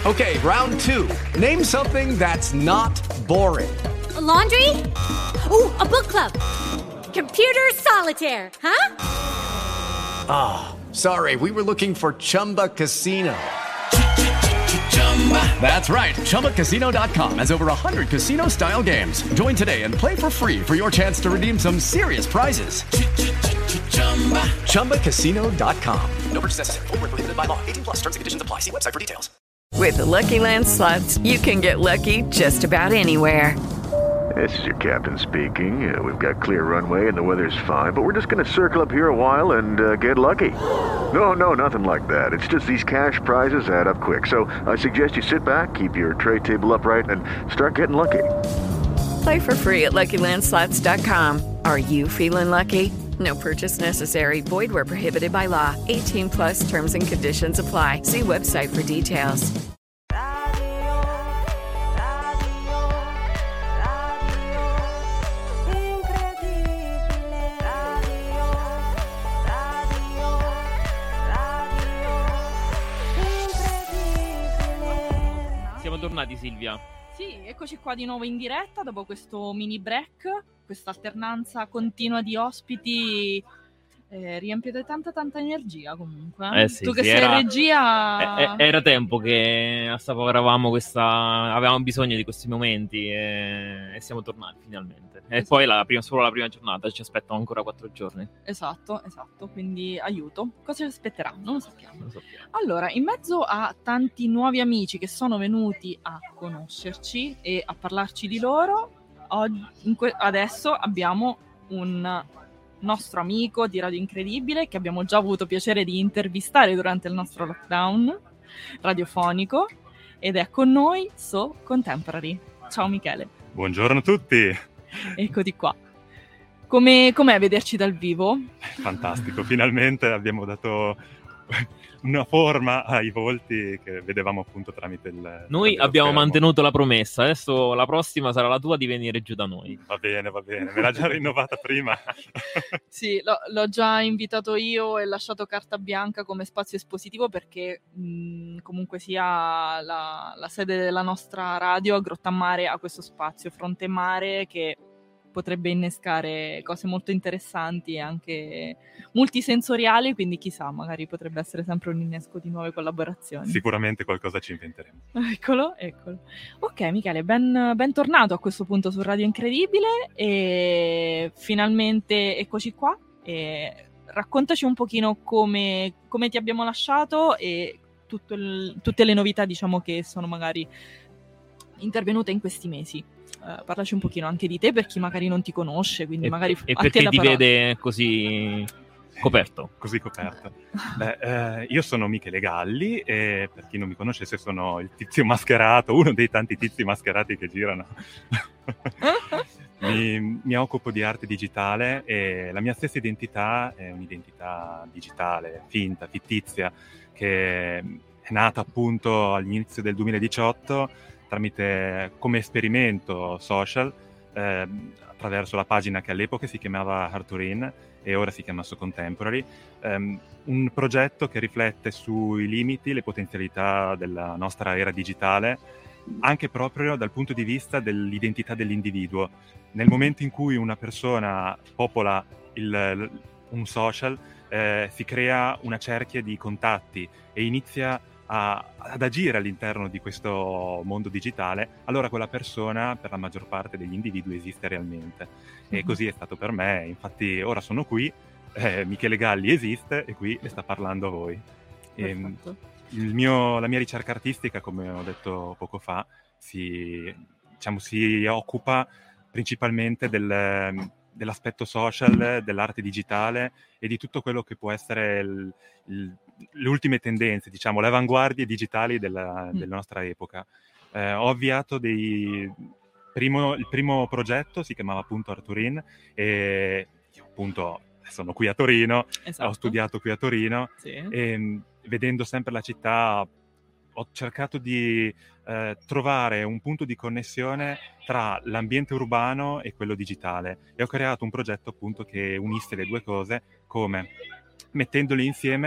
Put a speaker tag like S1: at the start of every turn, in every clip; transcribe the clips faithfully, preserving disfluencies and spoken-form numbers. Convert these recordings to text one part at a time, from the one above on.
S1: Okay, round two. Name something that's not boring.
S2: A laundry? Ooh, a book club. Computer solitaire, huh?
S1: Ah, oh, sorry, we were looking for Chumba Casino. That's right, Chumba Casino dot com has over one hundred casino-style games. Join today and play for free for your chance to redeem some serious prizes. Chumba Casino dot com. No purchase necessary. Void where prohibited by law. eighteen plus terms and conditions apply. See website for details.
S3: With the Lucky Land Slots, you can get lucky just about anywhere.
S4: This is your captain speaking. Uh, we've got clear runway and the weather's fine, but we're just going to circle up here a while and uh, get lucky. No, no, nothing like that. It's just these cash prizes add up quick. So I suggest you sit back, keep your tray table upright, and start getting lucky.
S3: Play for free at Lucky Land Slots dot com. Are you feeling lucky? No purchase necessary. Void where prohibited by law. eighteen plus terms and conditions apply. See website for details.
S5: Siamo tornati, Silvia.
S6: Sì, eccoci qua di nuovo in diretta dopo questo mini break, questa alternanza continua di ospiti. Eh, riempie di tanta tanta energia comunque.
S5: Eh sì,
S6: tu che
S5: sì,
S6: sei
S5: era,
S6: in regia...
S5: eh, eh, era tempo che assaporavamo questa... avevamo bisogno di questi momenti e, e siamo tornati finalmente. E
S6: esatto.
S5: Poi la prima, solo la prima giornata, ci aspettano ancora quattro giorni.
S6: Esatto, esatto, quindi aiuto. Cosa ci aspetterà? Non lo sappiamo.
S5: Non lo sappiamo.
S6: Allora, in mezzo a tanti nuovi amici che sono venuti a conoscerci e a parlarci di loro, oggi, in que- adesso abbiamo un nostro amico di Radio Incredibile che abbiamo già avuto piacere di intervistare durante il nostro lockdown radiofonico ed è con noi So Contemporary. Ciao Michele.
S7: Buongiorno a tutti.
S6: Eccoti qua. Come, com'è vederci dal vivo?
S7: Fantastico, finalmente abbiamo dato una forma ai volti che vedevamo appunto tramite il...
S5: Noi abbiamo schermo. mantenuto la promessa, adesso la prossima sarà la tua di venire giù da noi.
S7: Va bene, va bene, me l'ha già rinnovata prima.
S6: Sì, l'ho, l'ho già invitato io e lasciato carta bianca come spazio espositivo perché mh, comunque sia la, la sede della nostra radio a Grottammare ha questo spazio fronte mare che potrebbe innescare cose molto interessanti e anche multisensoriali, quindi chissà, magari potrebbe essere sempre un innesco di nuove collaborazioni.
S7: Sicuramente qualcosa ci inventeremo.
S6: Eccolo, eccolo. Ok, Michele, ben, bentornato a questo punto su Radio Incredibile e finalmente eccoci qua. E raccontaci un pochino come, come ti abbiamo lasciato e tutto il, tutte le novità, diciamo, che sono magari intervenute in questi mesi. Uh, parlaci un pochino anche di te per chi magari non ti conosce, quindi
S5: e,
S6: magari
S5: e perché ti parola. Vede così coperto
S7: così coperto Beh, eh, io sono Michele Galli e per chi non mi conoscesse sono il tizio mascherato, uno dei tanti tizi mascherati che girano. mi, mi occupo di arte digitale e la mia stessa identità è un'identità digitale finta, fittizia, che è nata appunto all'inizio del duemiladiciotto tramite come esperimento social eh, attraverso la pagina che all'epoca si chiamava Arturin e ora si chiama So Contemporary, ehm, un progetto che riflette sui limiti, le potenzialità della nostra era digitale, anche proprio dal punto di vista dell'identità dell'individuo. Nel momento in cui una persona popola il, un social, eh, si crea una cerchia di contatti e inizia A, ad agire all'interno di questo mondo digitale, allora quella persona per la maggior parte degli individui esiste realmente. E mm-hmm. così è stato per me, infatti ora sono qui, eh, Michele Galli esiste e qui le sta parlando a voi. E, il mio, la mia ricerca artistica, come ho detto poco fa, si, diciamo, si occupa principalmente del, dell'aspetto social, dell'arte digitale e di tutto quello che può essere il, il, le ultime tendenze, diciamo, le avanguardie digitali della, mm. della nostra epoca. Eh, ho avviato dei... Primo, il primo progetto si chiamava appunto Arturin e io appunto sono qui a Torino, esatto. Ho studiato qui a Torino sì. E vedendo sempre la città ho cercato di eh, trovare un punto di connessione tra l'ambiente urbano e quello digitale e ho creato un progetto appunto che unisse le due cose, come mettendoli insieme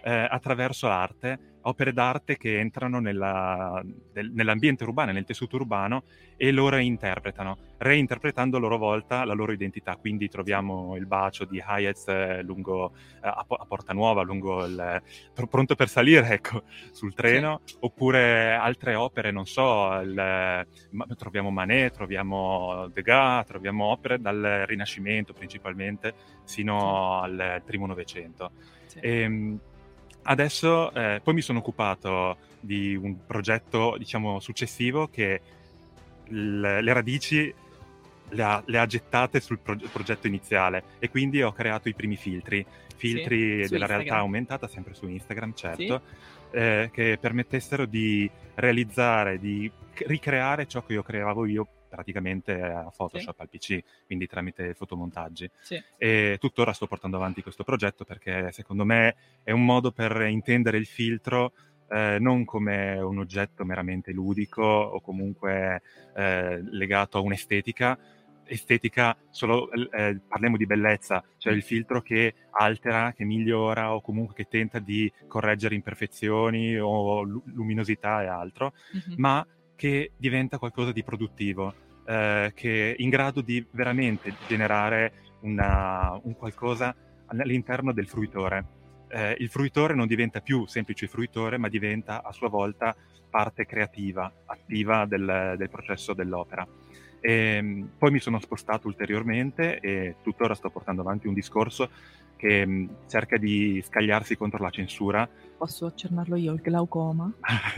S7: eh, attraverso l'arte, opere d'arte che entrano nella, del, nell'ambiente urbano, nel tessuto urbano, e lo reinterpretano, reinterpretando a loro volta la loro identità. Quindi troviamo il bacio di Hayez eh, lungo, eh, a, a Porta Nuova, lungo il, pr- pronto per salire, ecco, sul treno, sì. Oppure altre opere, non so, il, troviamo Manet, troviamo Degas, troviamo opere dal Rinascimento principalmente sino sì. al primo Novecento. Sì. E, adesso eh, poi mi sono occupato di un progetto, diciamo, successivo che l- le radici le ha, le ha gettate sul pro- progetto iniziale, e quindi ho creato i primi filtri, filtri
S6: sì,
S7: della
S6: Instagram.
S7: realtà aumentata, sempre su Instagram, certo, sì. eh, che permettessero di realizzare, di ricreare ciò che io creavo io praticamente a Photoshop, sì. al P C, quindi tramite fotomontaggi. Sì. E tuttora sto portando avanti questo progetto perché secondo me è un modo per intendere il filtro eh, non come un oggetto meramente ludico o comunque eh, legato a un'estetica, estetica solo, eh, parliamo di bellezza, cioè il filtro che altera, che migliora o comunque che tenta di correggere imperfezioni o lu- luminosità e altro, mm-hmm. ma che diventa qualcosa di produttivo, eh, che è in grado di veramente generare una, un qualcosa all'interno del fruitore. Eh, il fruitore non diventa più semplice fruitore, ma diventa a sua volta parte creativa, attiva del, del processo dell'opera. E poi mi sono spostato ulteriormente e tuttora sto portando avanti un discorso che mh, cerca di scagliarsi contro la censura.
S6: Posso accennarlo io, il glaucoma?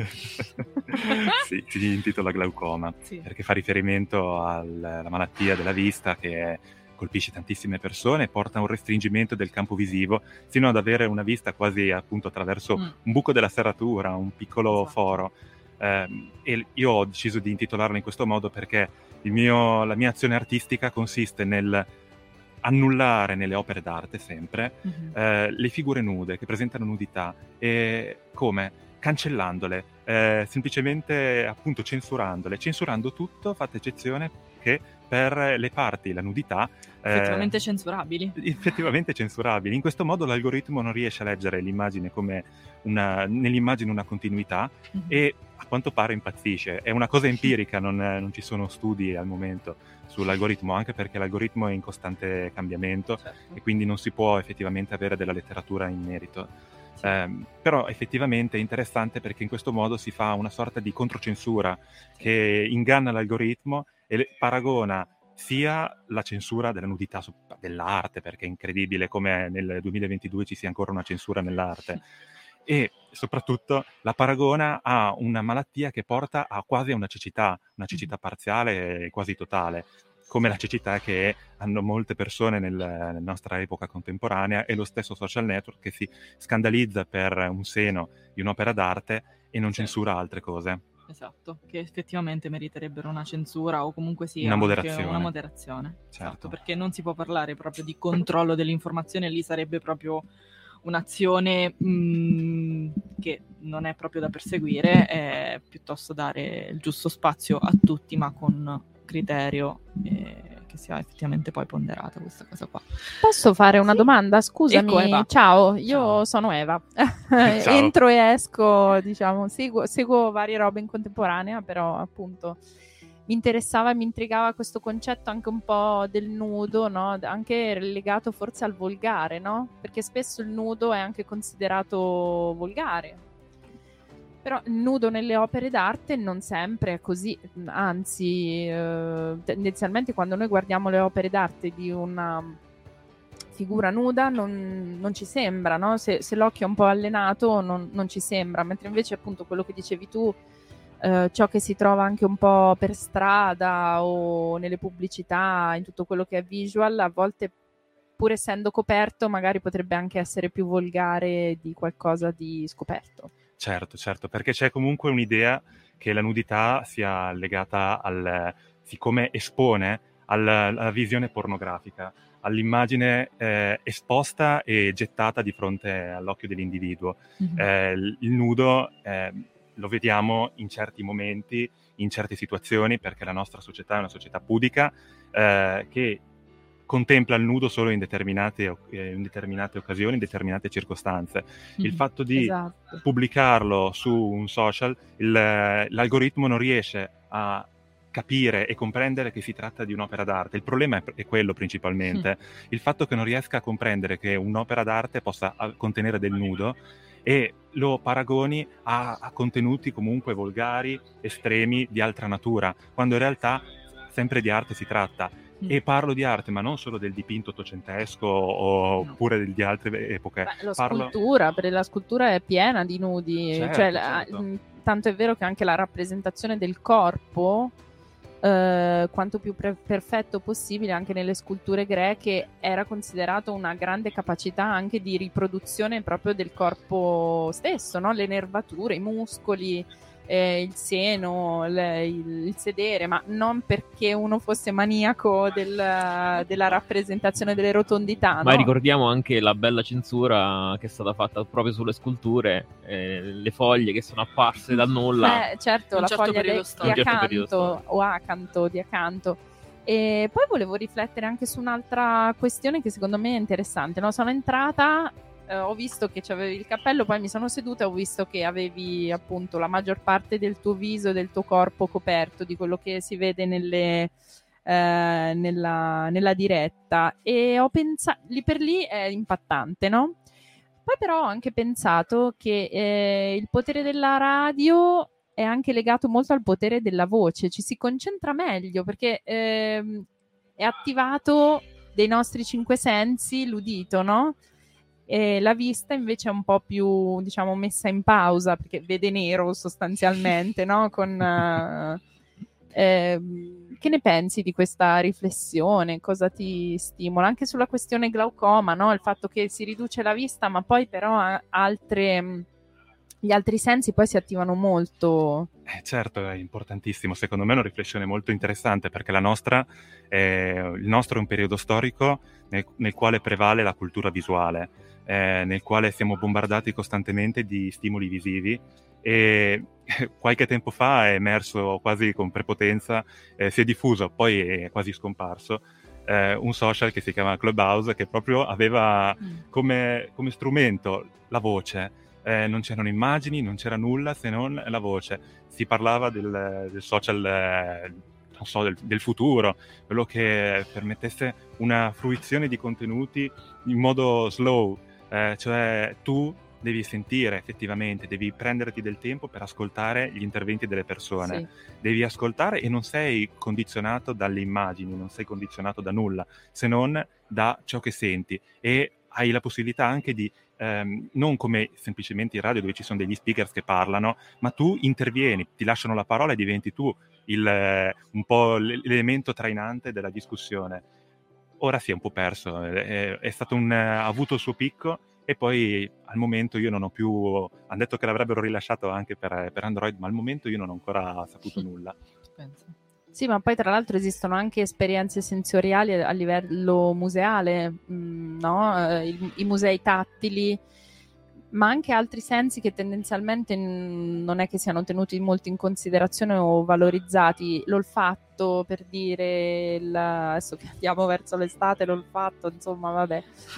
S7: Sì, si intitola glaucoma, sì. Perché fa riferimento alla malattia della vista che colpisce tantissime persone, porta a un restringimento del campo visivo, sino ad avere una vista quasi appunto attraverso mm. un buco della serratura, un piccolo esatto. foro. Eh, e io ho deciso di intitolarlo in questo modo perché il mio, la mia azione artistica consiste nel annullare nelle opere d'arte sempre mm-hmm. eh, le figure nude che presentano nudità. E come? Cancellandole, eh, semplicemente appunto censurandole, censurando tutto, fatta eccezione che per le parti, la nudità
S6: effettivamente
S7: eh,
S6: censurabili.
S7: Effettivamente censurabili. In questo modo l'algoritmo non riesce a leggere l'immagine come una, nell'immagine una continuità mm-hmm. e a quanto pare impazzisce. È una cosa empirica, non, non ci sono studi al momento sull'algoritmo, anche perché l'algoritmo è in costante cambiamento, certo. E quindi non si può effettivamente avere della letteratura in merito. Sì. Eh, però effettivamente è interessante perché in questo modo si fa una sorta di controcensura sì. che inganna l'algoritmo e paragona sia la censura della nudità dell'arte, perché è incredibile come nel duemilaventidue ci sia ancora una censura nell'arte, e soprattutto la paragona a una malattia che porta a quasi a una cecità, una cecità parziale e quasi totale, come la cecità che hanno molte persone nel, nella nostra epoca contemporanea, e lo stesso social network che si scandalizza per un seno di un'opera d'arte e non sì. censura altre cose.
S6: Esatto, che effettivamente meriterebbero una censura o comunque sia
S7: una moderazione.
S6: Una moderazione.
S7: Certo.
S6: Esatto, perché non si può parlare proprio di controllo dell'informazione, lì sarebbe proprio un'azione mh, che non è proprio da perseguire, è piuttosto dare il giusto spazio a tutti, ma con criterio e che sia effettivamente poi ponderata questa cosa qua.
S8: Posso fare una sì. domanda? Scusami,
S6: ecco,
S8: ciao, io
S6: ciao.
S8: sono Eva. Entro e esco, diciamo, seguo, seguo varie robe in contemporanea, però appunto mi interessava e mi intrigava questo concetto anche un po' del nudo, no? Anche legato forse al volgare, no? Perché spesso il nudo è anche considerato volgare. Però il nudo nelle opere d'arte non sempre è così, anzi, eh, tendenzialmente quando noi guardiamo le opere d'arte di una figura nuda non, non ci sembra, no? Se, se l'occhio è un po' allenato non, non ci sembra, mentre invece appunto quello che dicevi tu, eh, ciò che si trova anche un po' per strada o nelle pubblicità, in tutto quello che è visual, a volte pur essendo coperto magari potrebbe anche essere più volgare di qualcosa di scoperto.
S7: Certo, certo, perché c'è comunque un'idea che la nudità sia legata al, siccome espone alla, alla visione pornografica, all'immagine eh, esposta e gettata di fronte all'occhio dell'individuo. Mm-hmm. Eh, il nudo eh, lo vediamo in certi momenti, in certe situazioni, perché la nostra società è una società pudica eh, che contempla il nudo solo in determinate, in determinate occasioni, in determinate circostanze. Il
S8: Mhm,
S7: fatto di
S8: esatto.
S7: pubblicarlo su un social, il, l'algoritmo non riesce a capire e comprendere che si tratta di un'opera d'arte. Il problema è, è quello principalmente, mm. il fatto che non riesca a comprendere che un'opera d'arte possa contenere del nudo e lo paragoni a, a contenuti comunque volgari, estremi, di altra natura, quando in realtà sempre di arte si tratta. Mm. E parlo di arte, ma non solo del dipinto ottocentesco oppure no. di altre epoche.
S8: Beh, la
S7: parlo...
S8: scultura, perché la scultura è piena di nudi,
S7: certo,
S8: cioè,
S7: certo.
S8: La, tanto è vero che anche la rappresentazione del corpo, eh, quanto più pre- perfetto possibile, anche nelle sculture greche, era considerato una grande capacità anche di riproduzione proprio del corpo stesso, no? Le nervature, i muscoli, Eh, il seno, le, il, il sedere, ma non perché uno fosse maniaco del, della rappresentazione delle rotondità.
S5: Ma
S8: no?
S5: ricordiamo anche la bella censura che è stata fatta proprio sulle sculture, eh, le foglie che sono apparse dal nulla.
S8: Eh, certo,
S6: un
S8: la
S6: certo
S8: foglia de, di acanto
S5: certo
S8: o acanto, di acanto. E poi volevo riflettere anche su un'altra questione che secondo me è interessante. No? Sono entrata... Uh, ho visto che c'avevi il cappello, poi mi sono seduta e ho visto che avevi appunto la maggior parte del tuo viso e del tuo corpo coperto di quello che si vede nelle, uh, nella, nella diretta, e ho pensato, lì per lì è impattante, no? Poi però ho anche pensato che eh, il potere della radio è anche legato molto al potere della voce, ci si concentra meglio perché eh, è attivato dei nostri cinque sensi, l'udito, no? E la vista invece è un po' più, diciamo, messa in pausa perché vede nero sostanzialmente, no? Con, uh, eh, che ne pensi di questa riflessione? Cosa ti stimola? Anche sulla questione glaucoma, no? Il fatto che si riduce la vista, ma poi però altre, gli altri sensi poi si attivano molto.
S7: Eh, certo, è importantissimo. Secondo me è una riflessione molto interessante perché la nostra è, il nostro è un periodo storico nel, nel quale prevale la cultura visuale. Eh, nel quale siamo bombardati costantemente di stimoli visivi e qualche tempo fa è emerso quasi con prepotenza, eh, si è diffuso, poi è quasi scomparso, eh, un social che si chiama Clubhouse che proprio aveva come, come strumento la voce. Eh, non c'erano immagini, non c'era nulla se non la voce. Si parlava del, del social, eh, non so, del, del futuro, quello che permettesse una fruizione di contenuti in modo slow. Eh, cioè tu devi sentire effettivamente, devi prenderti del tempo per ascoltare gli interventi delle persone, sì. Devi ascoltare e non sei condizionato dalle immagini, non sei condizionato da nulla, se non da ciò che senti, e hai la possibilità anche di, ehm, non come semplicemente in radio dove ci sono degli speakers che parlano, ma tu intervieni, ti lasciano la parola e diventi tu il, eh, un po' l'elemento trainante della discussione. Ora si è un po' perso, è, è stato un, ha avuto il suo picco e poi al momento io non ho più, hanno detto che l'avrebbero rilasciato anche per, per Android, ma al momento io non ho ancora saputo nulla.
S8: Sì, ma poi tra l'altro esistono anche esperienze sensoriali a livello museale, mh, no? I, i musei tattili, ma anche altri sensi che tendenzialmente non è che siano tenuti molto in considerazione o valorizzati. L'olfatto, per dire, il, adesso che andiamo verso l'estate, l'olfatto, insomma, vabbè.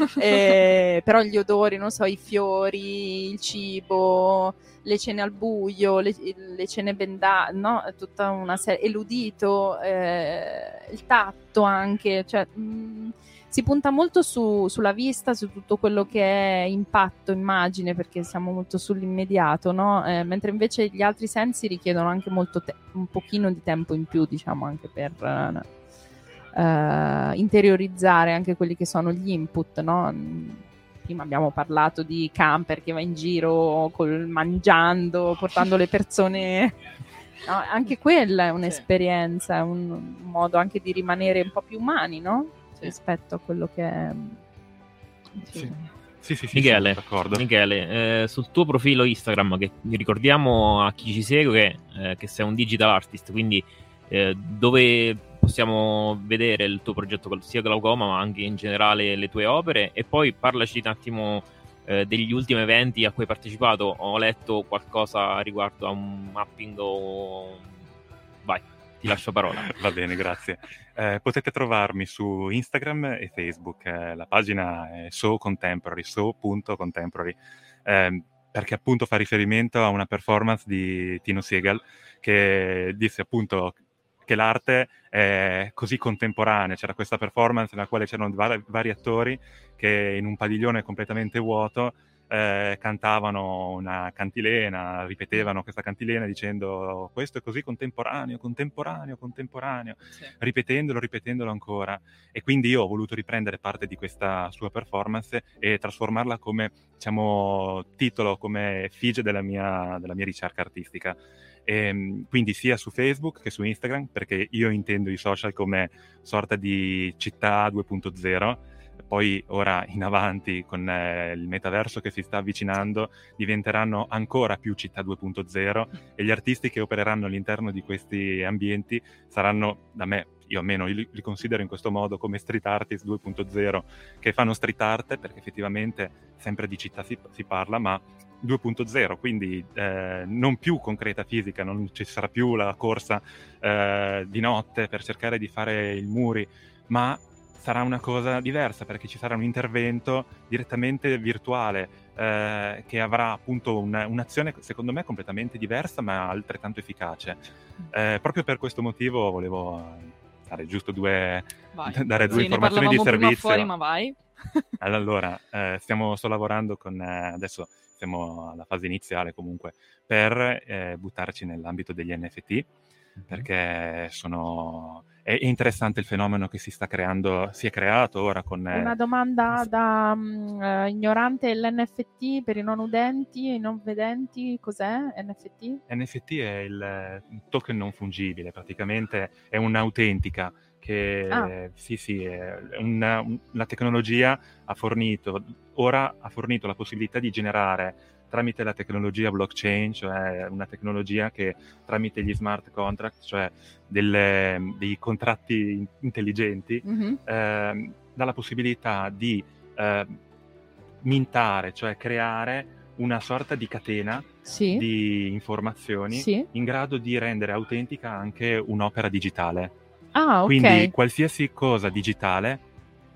S8: Eh, però gli odori, non so, i fiori, il cibo, le cene al buio, le, le cene bendate, no? Tutta una serie, e l'udito, eh, il tatto anche, cioè... Mh, si punta molto su, sulla vista, su tutto quello che è impatto, immagine, perché siamo molto sull'immediato, no? Eh, mentre invece gli altri sensi richiedono anche molto te- un pochino di tempo in più, diciamo, anche per uh, uh, interiorizzare anche quelli che sono gli input, no? Prima abbiamo parlato di camper che va in giro col, mangiando, portando le persone... No, anche quella è un'esperienza, è un, un modo anche di rimanere un po' più umani, no? Rispetto a quello che è...
S7: Sì. Sì, sì, sì,
S5: Michele,
S7: d'accordo.
S5: Michele eh, sul tuo profilo Instagram, che ricordiamo a chi ci segue eh, che sei un digital artist, quindi eh, dove possiamo vedere il tuo progetto sia Glaucoma ma anche in generale le tue opere, e poi parlaci un attimo eh, degli ultimi eventi a cui hai partecipato. Ho letto qualcosa riguardo a un mapping o... Vai. ti lascio parola.
S7: Va bene, grazie. Eh, potete trovarmi su Instagram e Facebook. Eh, la pagina è so contemporary, so punto contemporary, eh, perché appunto fa riferimento a una performance di Tino Sehgal che disse appunto che l'arte è così contemporanea. C'era questa performance nella quale c'erano vari, vari attori che in un padiglione completamente vuoto eh, cantavano una cantilena, ripetevano questa cantilena dicendo questo è così contemporaneo, contemporaneo, contemporaneo, sì. ripetendolo, ripetendolo ancora. E quindi io ho voluto riprendere parte di questa sua performance e trasformarla come, diciamo, titolo, come effigie della mia, della mia ricerca artistica. E quindi sia su Facebook che su Instagram, perché io intendo i social come sorta di città due punto zero. Poi ora in avanti con eh, il metaverso che si sta avvicinando diventeranno ancora più città due punto zero e gli artisti che opereranno all'interno di questi ambienti saranno, da me, io almeno li, li considero in questo modo come street artist due punto zero, che fanno street art perché effettivamente sempre di città si, si parla, ma due punto zero, quindi eh, non più concreta fisica, non ci sarà più la corsa eh, di notte per cercare di fare i muri, ma sarà una cosa diversa perché ci sarà un intervento direttamente virtuale eh, che avrà appunto un, un'azione secondo me completamente diversa ma altrettanto efficace. Eh, proprio per questo motivo volevo dare giusto due, dare due sì, informazioni di servizio.
S6: Prima fuori, ma vai.
S7: Allora, eh, stiamo sto lavorando con eh, adesso siamo alla fase iniziale comunque per eh, buttarci nell'ambito degli N F T, perché sono è interessante il fenomeno che si sta creando, si è creato ora con... Eh...
S8: Una domanda da um, uh, ignorante, l'N F T per i non udenti e i non vedenti, cos'è N F T?
S7: N F T è il token non fungibile, praticamente è un'autentica che ah. sì sì, è una, un, la tecnologia ha fornito, ora ha fornito la possibilità di generare tramite la tecnologia blockchain, cioè una tecnologia che tramite gli smart contract, cioè delle, dei contratti intelligenti, mm-hmm. eh, dà la possibilità di eh, mintare, cioè creare una sorta di catena sì. di informazioni sì. in grado di rendere autentica anche un'opera digitale.
S8: Ah, ok.
S7: Quindi qualsiasi cosa digitale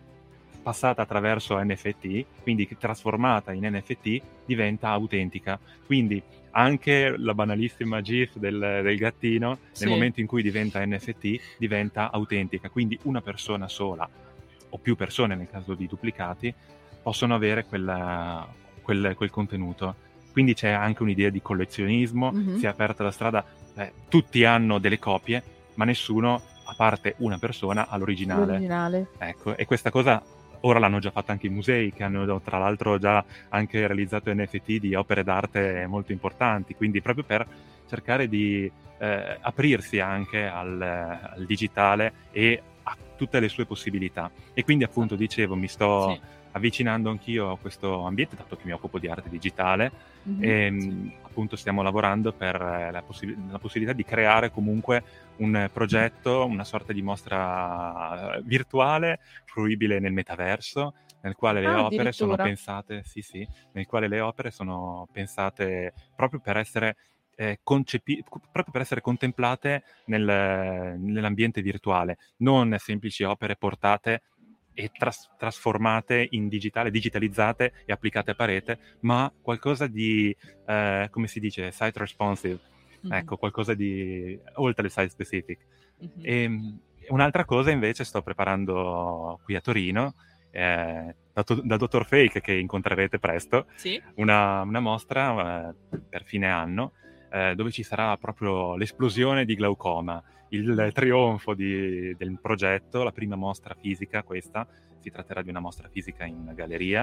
S7: passata attraverso N F T, quindi trasformata in N F T, diventa autentica. Quindi anche la banalissima GIF del, del gattino, sì. nel momento in cui diventa N F T, diventa autentica. Quindi una persona sola, o più persone nel caso di duplicati, possono avere quella, quel, quel contenuto. Quindi c'è anche un'idea di collezionismo, mm-hmm. si è aperta la strada, eh, tutti hanno delle copie, ma nessuno, a parte una persona, ha l'originale.
S8: L'originale.
S7: Ecco, e questa cosa... Ora l'hanno già fatta anche i musei, che hanno tra l'altro già anche realizzato N F T di opere d'arte molto importanti, quindi proprio per cercare di eh, aprirsi anche al, al digitale e a tutte le sue possibilità. E quindi appunto dicevo, mi sto sì. avvicinando anch'io a questo ambiente, dato che mi occupo di arte digitale, mm-hmm. e sì. appunto stiamo lavorando per la, possi- la possibilità di creare comunque un progetto, una sorta di mostra virtuale fruibile nel metaverso, nel quale le ah, opere sono pensate, sì sì, nel quale le opere sono pensate proprio per essere eh, concepi- proprio per essere contemplate nel, nell'ambiente virtuale, non semplici opere portate e tras- trasformate in digitale, digitalizzate e applicate a parete, ma qualcosa di, eh, come si dice, site responsive, mm-hmm. ecco, qualcosa di oltre il site specific. Mm-hmm. E un'altra cosa invece sto preparando qui a Torino, eh, da, to- da Dottor Fake, che incontrerete presto,
S6: sì?
S7: una, una mostra eh, per fine anno, eh, dove ci sarà proprio l'esplosione di glaucoma, il trionfo di, del progetto, la prima mostra fisica questa, si tratterà di una mostra fisica in galleria,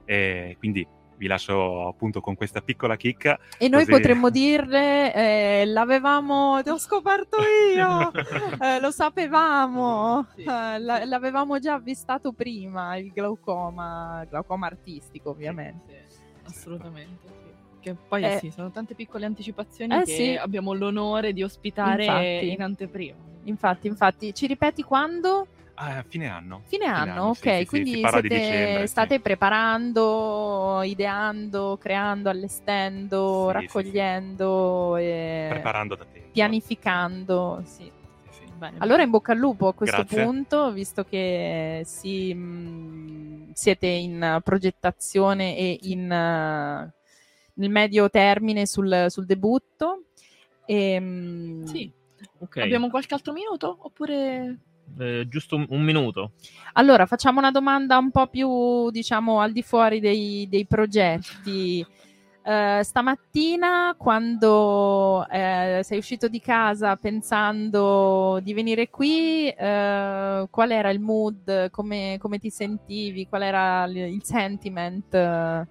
S7: e quindi vi lascio appunto con questa piccola chicca.
S8: E noi
S7: così...
S8: potremmo dirle, eh, l'avevamo, l'ho scoperto io, eh, lo sapevamo, sì. eh, l'avevamo già avvistato prima, il glaucoma, glaucoma artistico ovviamente.
S6: Sì, sì, assolutamente, sì. Che poi
S8: eh,
S6: sì, sono tante piccole anticipazioni
S8: eh,
S6: che
S8: sì.
S6: abbiamo l'onore di ospitare
S8: infatti.
S6: in anteprima.
S8: Infatti, infatti, ci ripeti quando?
S7: Ah, fine anno.
S8: Fine, fine anno, anno, ok,
S7: sì, sì,
S8: quindi
S7: sì, siete, dicembre,
S8: state
S7: sì.
S8: preparando, ideando, creando, allestendo,
S7: sì,
S8: raccogliendo,
S7: sì, sì.
S8: E
S7: preparando da tempo.
S8: pianificando, sì.
S6: Bene,
S8: allora in bocca al lupo a questo
S7: Grazie.
S8: punto, visto che si, mh, siete in progettazione e in, uh, nel medio termine sul, sul debutto. E, mh,
S6: Sì.
S5: Ok,
S6: Abbiamo qualche altro minuto? Oppure...
S5: eh, giusto un, un minuto.
S8: Allora, facciamo una domanda un po' più, diciamo, al di fuori dei, dei progetti. Uh, stamattina, quando uh, sei uscito di casa pensando di venire qui, uh, qual era il mood? Come, come ti sentivi? Qual era il, il sentiment? Uh,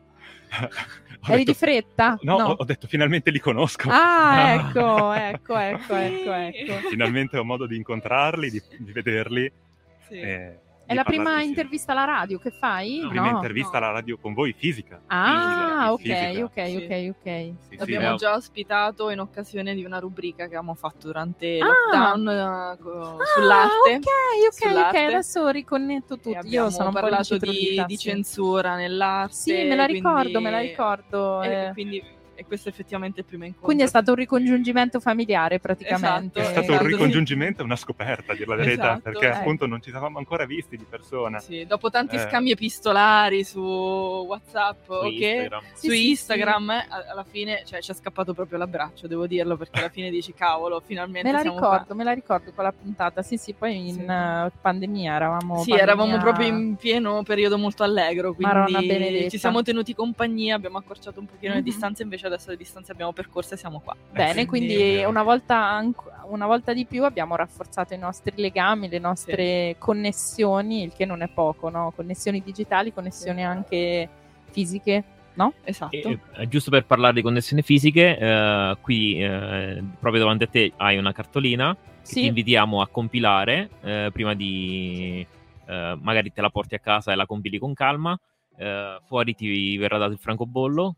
S7: Ho
S8: eri
S7: detto-
S8: di fretta?
S7: No, Ho, ho detto finalmente li conosco.
S8: Ah, ecco, ecco, ecco, ecco, ecco.
S7: Finalmente ho modo di incontrarli, di, di vederli.
S6: Sì.
S7: e
S8: È
S7: di
S8: la
S7: parlarci
S8: prima
S7: insieme.
S8: intervista alla radio che fai?
S7: La
S8: No.
S7: prima intervista
S6: no.
S7: alla radio con voi, fisica.
S8: Ah, ok,
S7: Fisica.
S8: ok,
S6: Sì.
S8: ok, ok.
S7: Sì, sì.
S6: L'abbiamo
S5: eh.
S6: già ospitato in occasione di una rubrica che abbiamo fatto durante il
S8: Ah.
S6: lockdown eh, co-
S8: Ah,
S6: sull'arte.
S8: ok, ok,
S6: sull'arte.
S8: ok, adesso riconnetto
S6: E
S8: tutto.
S6: abbiamo
S8: Io sono un po'
S6: parlato
S8: incitrullita,
S6: di, di
S8: sì.
S6: censura nell'arte.
S8: Sì, me la ricordo,
S6: quindi-
S8: me la ricordo.
S6: E,
S8: eh.
S6: quindi, e questo è effettivamente il primo incontro.
S8: Quindi è stato un ricongiungimento familiare praticamente.
S6: Esatto.
S7: È stato un
S6: Esatto.
S7: ricongiungimento e una scoperta, a dir la verità,
S6: Esatto.
S7: perché
S8: Eh.
S7: appunto non ci eravamo ancora visti di persona.
S6: Sì, dopo tanti
S7: Eh.
S6: scambi epistolari su WhatsApp,
S5: Su
S6: ok?
S5: Instagram.
S8: Sì,
S6: su
S8: sì,
S6: Instagram, eh, a- alla fine cioè, ci è scappato proprio l'abbraccio, devo dirlo, perché alla fine dici cavolo, finalmente
S8: Me la
S6: siamo
S8: ricordo,
S6: qua.
S8: me la ricordo quella puntata. Sì, sì, poi in
S6: Sì.
S8: eh, pandemia eravamo
S6: Sì,
S8: pandemia-
S6: eravamo proprio in pieno periodo molto allegro, quindi
S8: Maronna benedetta.
S6: ci siamo tenuti compagnia, abbiamo accorciato un pochino le
S8: Mhm.
S6: distanze, invece adesso le distanze abbiamo percorse e siamo qua.
S8: Bene,
S7: sì,
S8: quindi
S7: sì.
S8: una volta, anco- una volta di più abbiamo rafforzato i nostri legami, le nostre connessioni, il che non è poco, no? Connessioni digitali, connessioni
S6: Sì.
S8: anche fisiche, no?
S6: Esatto.
S5: E, eh, giusto per parlare di connessioni fisiche, eh, qui eh, proprio davanti a te hai una cartolina che
S8: Sì.
S5: ti invitiamo a compilare eh, prima di eh, magari te la porti a casa e la compili con calma. Eh, fuori ti verrà dato il francobollo,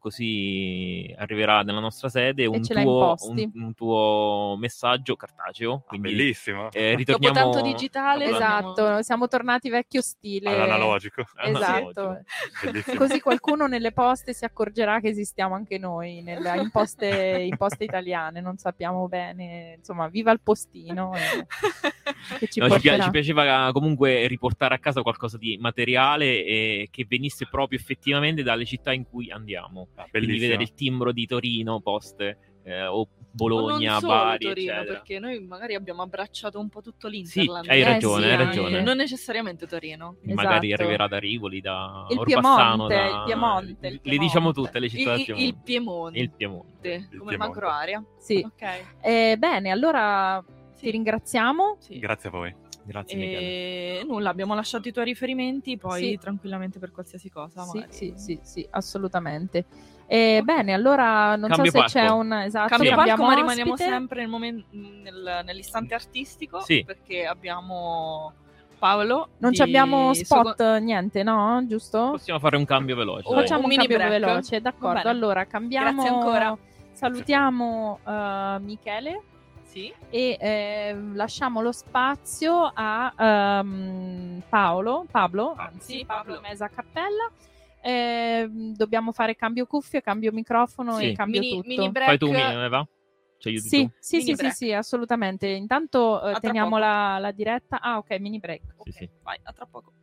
S5: così arriverà nella nostra sede un
S8: ce la
S5: tuo,
S8: imposti.
S5: un, un tuo messaggio cartaceo.
S7: Ah,
S5: Quindi
S7: bellissimo.
S5: eh,
S6: Dopo
S5: ritorniamo
S6: tanto digitale,
S5: dopo tanto-
S8: Esatto, siamo tornati vecchio stile.
S7: All'analogico.
S8: Esatto.
S7: Bellissimo.
S8: Così qualcuno nelle poste si accorgerà che esistiamo anche noi, nelle, in, poste, in poste italiane, non sappiamo bene, insomma, viva il postino. E, che ci
S5: No, ci, pia-
S8: porterà.
S5: ci piaceva comunque riportare a casa qualcosa di materiale e che venisse proprio effettivamente dalle città in cui andiamo.
S7: Ah,
S5: Quindi
S7: bellissimo.
S5: vedere il timbro di Torino, poste eh, o
S6: O
S5: Bologna,
S6: non solo
S5: Bari,
S6: Torino,
S5: eccetera.
S6: perché noi magari abbiamo abbracciato un po' tutto
S5: Sì,
S6: l'Interland.
S5: hai
S8: Eh,
S5: ragione,
S8: sì,
S5: hai
S8: anche.
S5: ragione.
S6: Non necessariamente Torino.
S5: Quindi magari
S8: Esatto.
S5: arriverà da Rivoli, da
S8: Il
S5: Orbassano,
S8: Piemonte,
S5: da...
S8: il Piemonte, il
S5: Le
S8: Piemonte.
S5: diciamo tutte le
S6: Il,
S5: città del
S6: il-
S5: Piemonte.
S6: il Piemonte,
S5: Il Piemonte.
S7: Il
S6: come
S7: Piemonte.
S6: macroaria.
S8: Sì.
S6: Ok.
S8: Eh, bene, allora
S6: Sì.
S8: ti ringraziamo.
S6: Sì.
S7: Grazie a voi.
S5: Grazie Michele.
S6: E nulla, abbiamo lasciato i tuoi riferimenti, poi
S8: Sì.
S6: tranquillamente per qualsiasi cosa.
S8: Sì,
S6: magari.
S8: sì, sì, sì, assolutamente. Eh, Bene, allora non
S5: Cambio
S8: so se
S5: palco.
S8: c'è un esatto,
S6: Cambio
S5: Sì.
S6: palco,
S8: cambiamo
S6: ma rimaniamo
S8: ospite.
S6: sempre nel momen- nel- nell'istante artistico,
S5: Sì.
S6: perché abbiamo Paolo.
S8: Non
S6: di-
S8: ci abbiamo
S6: suo-
S8: spot, niente, no? Giusto?
S5: Possiamo fare un cambio veloce.
S6: Oh,
S5: dai.
S8: Facciamo
S6: un
S8: un,
S6: mini
S8: cambio
S6: break.
S8: veloce,
S6: Va
S8: d'accordo.
S6: bene.
S8: Allora, cambiamo.
S6: Grazie ancora.
S8: Salutiamo eh, Michele
S6: Sì.
S8: e eh, lasciamo lo spazio a ehm, Paolo, Pablo, anzi,
S6: Sì,
S8: Pablo
S6: Pablo.
S8: Mesa Cappella. Eh, dobbiamo fare cambio cuffie, cambio microfono
S5: Sì.
S8: e cambio
S6: Mini,
S8: tutto.
S6: mini break.
S5: Fai tu, Mi- Eva? Ci aiuti
S8: Sì,
S5: tu?
S8: sì,
S6: Mini
S8: sì, sì,
S6: break.
S8: sì, assolutamente. Intanto eh,
S6: A tra
S8: teniamo
S6: poco.
S8: la, la diretta. Ah, ok, mini break.
S5: Sì, sì.
S6: Vai, a tra poco.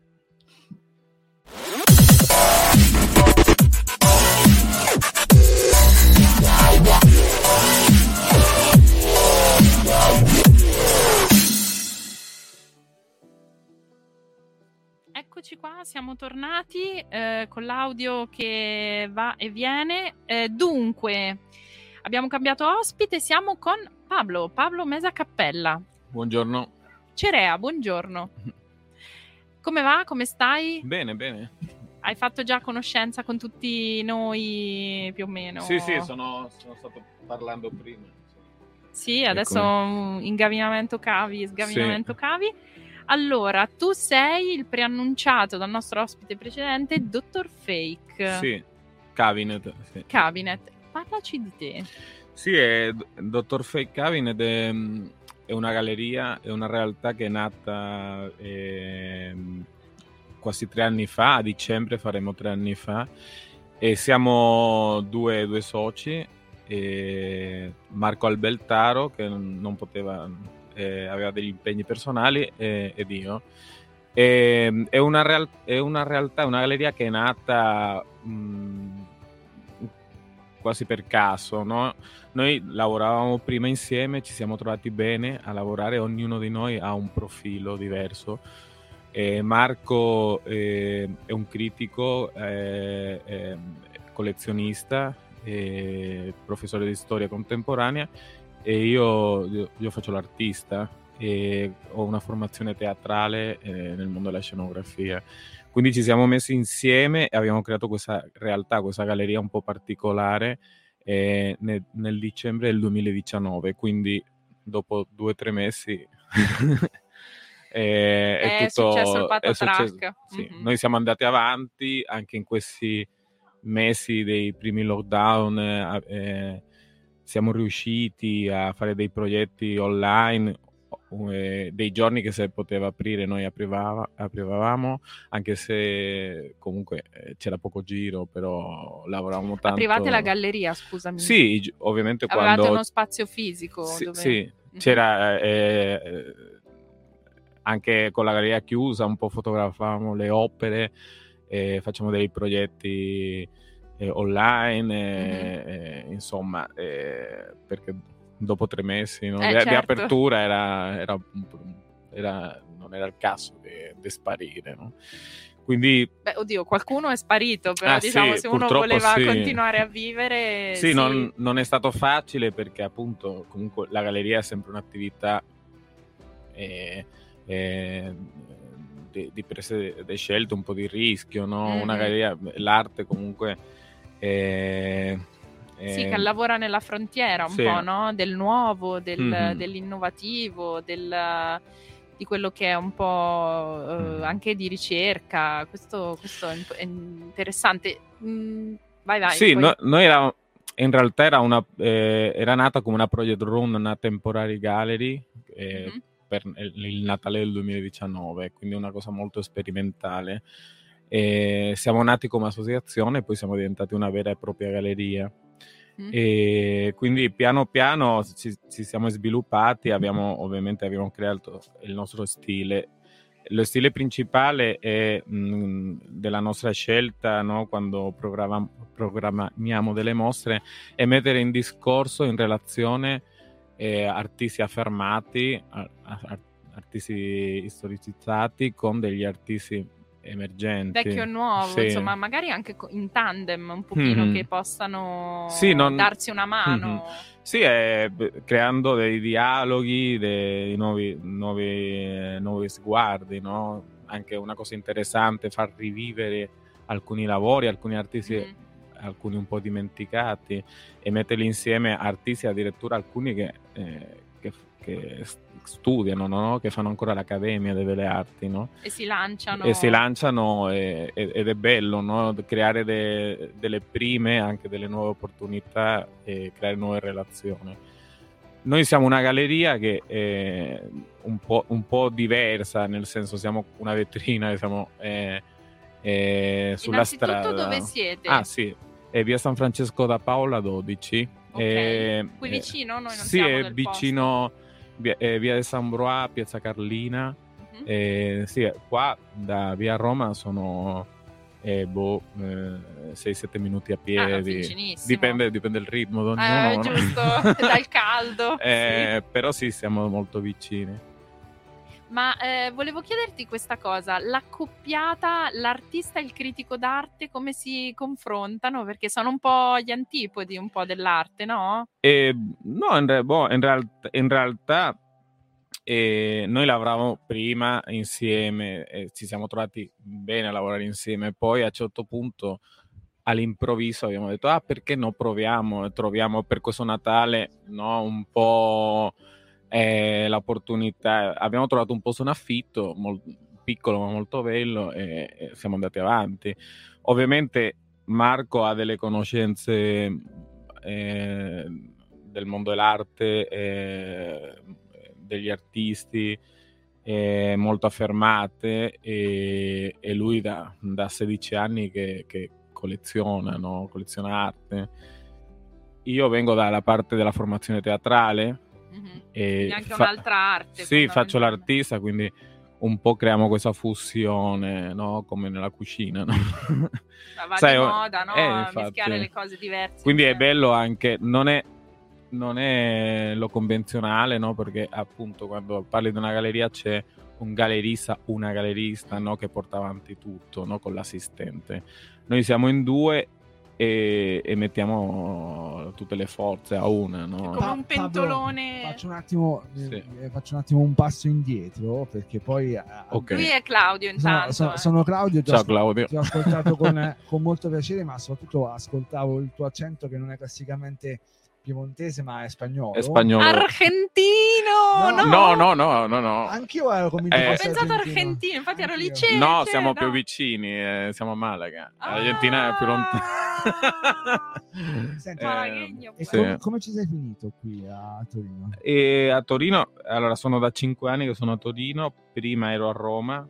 S8: Eccoci qua, siamo tornati eh, con l'audio che va e viene. Eh, dunque, abbiamo cambiato ospite, siamo con Pablo, Pablo Mesa Cappella.
S9: Buongiorno.
S8: Cerea, buongiorno. Come va? Come stai?
S9: Bene, bene.
S8: Hai fatto già conoscenza con tutti noi più o meno?
S9: Sì, sì, sono, sono stato parlando prima.
S8: Sì, adesso
S9: Eccomi.
S8: un ingavinamento cavi, sgavinamento cavi. Allora, tu sei il preannunciato dal nostro ospite precedente, Dottor Fake.
S9: Sì, Cabinet. Sì,
S8: Cabinet. Parlaci di te.
S9: sì è Dottor Fake Cabinet è, è una galleria, è una realtà che è nata eh, quasi tre anni fa, a dicembre faremo tre anni fa, e siamo due, due soci, e Marco Albeltaro che non poteva eh, aveva degli impegni personali e, ed io. E, è, una real, è una realtà, una galleria che è nata mh, quasi per caso, no? Noi lavoravamo prima insieme, ci siamo trovati bene a lavorare, ognuno di noi ha un profilo diverso. Eh, Marco eh, è un critico, eh, eh, collezionista, eh, professore di storia contemporanea, e io, io, io faccio l'artista e ho una formazione teatrale eh, nel mondo della scenografia. Quindi ci siamo messi insieme e abbiamo creato questa realtà, questa galleria un po' particolare eh, nel, nel dicembre del duemiladiciannove, quindi dopo due o tre mesi eh, è,
S6: è
S9: tutto,
S6: successo il
S9: è successo,
S6: patatrac.
S9: sì.
S6: Mm-hmm.
S9: Noi siamo andati avanti anche in questi mesi dei primi lockdown, eh, eh, siamo riusciti a fare dei progetti online, eh, dei giorni che se poteva aprire noi aprivava, aprivamo, anche se comunque eh, c'era poco giro, però lavoravamo tanto.
S8: Aprivate la galleria, scusami.
S9: Sì, ovviamente.
S8: Avevate
S9: quando
S8: uno spazio fisico?
S9: Sì,
S8: dove...
S9: sì. Mm-hmm. C'era eh, anche con la galleria chiusa, un po' fotografavamo le opere, eh, facciamo dei progetti eh, online, eh, mm-hmm. eh, insomma, eh, perché dopo tre mesi no,
S8: eh,
S9: di,
S8: certo.
S9: di apertura era, era, era, non era il caso di sparire, no? Quindi,
S8: beh, oddio, qualcuno è sparito, però
S9: ah,
S8: diciamo
S9: sì,
S8: se uno voleva
S9: sì.
S8: continuare a vivere...
S9: Sì,
S8: sì.
S9: Non, non è stato facile perché appunto comunque la galleria è sempre un'attività eh, eh, di, di prese di scelte, un po' di rischio, no? Mm-hmm. Una galleria, l'arte comunque... Eh,
S8: Sì, che lavora nella frontiera un
S9: sì.
S8: po', no? Del nuovo, del,
S9: mm-hmm.
S8: dell'innovativo, del, di quello che è un po' eh, mm. anche di ricerca. Questo, questo è interessante. Mm, vai, vai.
S9: Sì,
S8: poi...
S9: no, noi eravamo, in realtà era, una, eh, era nata come una project room, una temporary gallery eh, mm-hmm. per il Natale del duemiladiciannove, quindi una cosa molto sperimentale. E siamo nati come associazione, poi siamo diventati una vera e propria galleria. E quindi piano piano ci, ci siamo sviluppati, abbiamo ovviamente abbiamo creato il nostro stile. Lo stile principale è mh, della nostra scelta, no? Quando programmiamo delle mostre, è mettere in discorso, in relazione eh, artisti affermati, art- artisti storicizzati con degli artisti emergenti,
S8: vecchio e nuovo,
S9: sì.
S8: Insomma, magari anche in tandem un pochino,
S9: mm-hmm.
S8: che possano
S9: sì, non...
S8: darsi una mano.
S9: Mm-hmm. Sì, è, creando dei dialoghi, dei nuovi, nuovi, nuovi sguardi, no? Anche una cosa interessante, far rivivere alcuni lavori, alcuni artisti, mm-hmm. alcuni un po' dimenticati, e metterli insieme, artisti addirittura alcuni che, eh, che, che studiano, no? Che fanno ancora l'Accademia delle Belle Arti, no?
S8: E si lanciano.
S9: E si lanciano e, ed è bello, no? Creare de, delle prime, anche delle nuove opportunità e creare nuove relazioni. Noi siamo una galleria che è un po', un po' diversa, nel senso siamo una vetrina, siamo eh, eh, sulla strada.
S8: Dove siete?
S9: Ah sì, è via San Francesco da Paola dodici.
S8: Ok,
S9: e,
S8: qui vicino? Noi non
S9: sì,
S8: siamo
S9: è
S8: del
S9: vicino...
S8: posto.
S9: Via, eh, via de San Broa, Piazza Carlina. Mm-hmm. Eh, sì, qua da via Roma sono eh, boh, eh, sei sette minuti a piedi.
S8: Ah,
S9: dipende, dipende dal ritmo di ognuno.
S8: Eh,
S9: no?
S8: giusto, dal caldo.
S9: Eh,
S8: sì.
S9: Però sì, siamo molto vicini.
S8: Ma eh, volevo chiederti questa cosa, l'accoppiata, l'artista e il critico d'arte come si confrontano? Perché sono un po' gli antipodi un po' dell'arte, no?
S9: Eh, no, in, re- boh, in, real- in realtà eh, noi lavoravamo prima insieme e ci siamo trovati bene a lavorare insieme, poi a un certo punto all'improvviso abbiamo detto ah perché no proviamo, troviamo per questo Natale, no, un po'... Eh, l'opportunità, abbiamo trovato un posto in affitto molto piccolo ma molto bello e, e siamo andati avanti. Ovviamente Marco ha delle conoscenze eh, del mondo dell'arte, eh, degli artisti eh, molto affermate e, e lui da, da sedici anni che, che colleziona, no? colleziona arte. Io vengo dalla parte della formazione teatrale,
S6: Mm-hmm.
S9: E
S6: anche
S9: fa-
S6: un'altra arte.
S9: Sì, faccio l'artista, quindi un po' creiamo questa fusione, no? Come nella cucina, no?
S6: Va
S9: Sai,
S6: di moda, no?
S9: eh, infatti.
S6: Mischiare le cose diverse.
S9: Quindi è bello anche, non è, non è lo convenzionale, no? Perché appunto quando parli di una galleria c'è un gallerista, una gallerista, no? Che porta avanti tutto, no? Con l'assistente. Noi siamo in due e, e mettiamo tutte le forze a una, no?
S6: Come un pentolone.
S10: Fabio, faccio un attimo
S9: Sì.
S10: eh, faccio un attimo un passo indietro, perché poi eh,
S9: Okay.
S6: Lui è Claudio intanto.
S10: sono, sono,
S6: eh.
S10: sono Claudio, ti ho
S9: Ciao
S10: ascol-
S9: Claudio.
S10: ti ho ascoltato con, con molto piacere, ma soprattutto ascoltavo il tuo accento che non è classicamente piemontese ma è spagnolo.
S9: È spagnolo.
S6: Argentino!
S10: No.
S6: No,
S9: No, no, no, no, no.
S10: Anch'io ero convinto
S9: Eh,
S6: Ho
S10: fosse
S6: pensato
S10: argentino.
S6: argentino, infatti ero
S10: Anch'io.
S6: liceo.
S9: No,
S6: cioè,
S9: siamo
S6: no.
S9: più vicini, eh, siamo a Malaga.
S6: Ah.
S9: L'Argentina è più lontana.
S10: Senti,
S9: Eh,
S6: Malagueño.
S10: e
S9: sì.
S10: com- come ci sei finito qui a Torino?
S9: E a Torino, allora sono da cinque anni che sono a Torino, prima ero a Roma,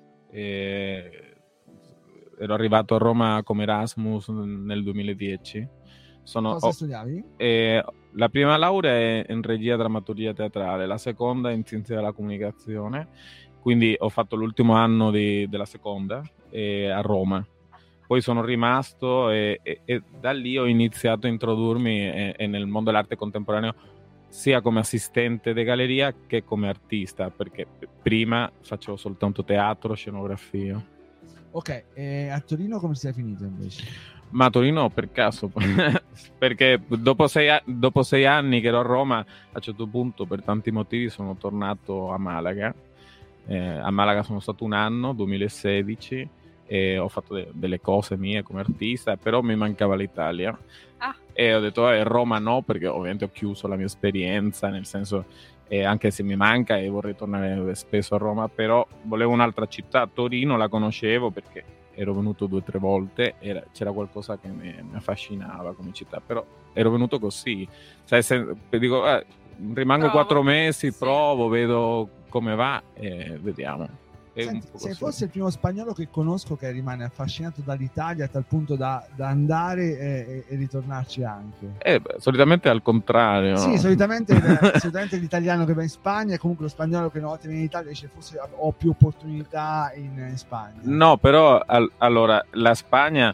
S9: e ero arrivato a Roma come Erasmus nel duemiladieci. Sono,
S10: Cosa
S9: ho-
S10: studiavi?
S9: eh, la prima laurea è in regia drammaturgia teatrale, la seconda in scienze della comunicazione, quindi ho fatto l'ultimo anno di- della seconda eh, a Roma. Poi sono rimasto e, e- e da lì ho iniziato a introdurmi eh, eh, nel mondo dell'arte contemporaneo sia come assistente di galleria che come artista, perché p- prima facevo soltanto teatro, scenografia.
S10: Ok, e a Torino come ci sei finito invece?
S9: Ma a Torino per caso, perché dopo sei, a- dopo sei anni che ero a Roma, a un certo punto per tanti motivi sono tornato a Malaga. Eh, a Malaga sono stato un anno, duemilasedici, e ho fatto de- delle cose mie come artista, però mi mancava l'Italia.
S6: Ah.
S9: E ho detto eh, Roma no, perché ovviamente ho chiuso la mia esperienza, nel senso, eh, anche se mi manca e vorrei tornare spesso a Roma, però volevo un'altra città. Torino la conoscevo perché ero venuto due o tre volte, era, c'era qualcosa che mi, mi affascinava come città, però ero venuto così, sai, se, dico, eh, rimango
S6: Provo.
S9: quattro mesi,
S6: Sì.
S9: provo, vedo come va e vediamo. È
S10: Senti,
S9: un po'
S10: sei
S9: così.
S10: forse il primo spagnolo che conosco che rimane affascinato dall'Italia a tal punto da, da andare e, e- e ritornarci anche.
S9: Eh, beh, solitamente è al contrario.
S10: Sì, solitamente, eh, solitamente l'italiano che va in Spagna e comunque lo spagnolo che una volta viene in Italia dice forse ho più opportunità in, in Spagna.
S9: No, però al- allora la Spagna,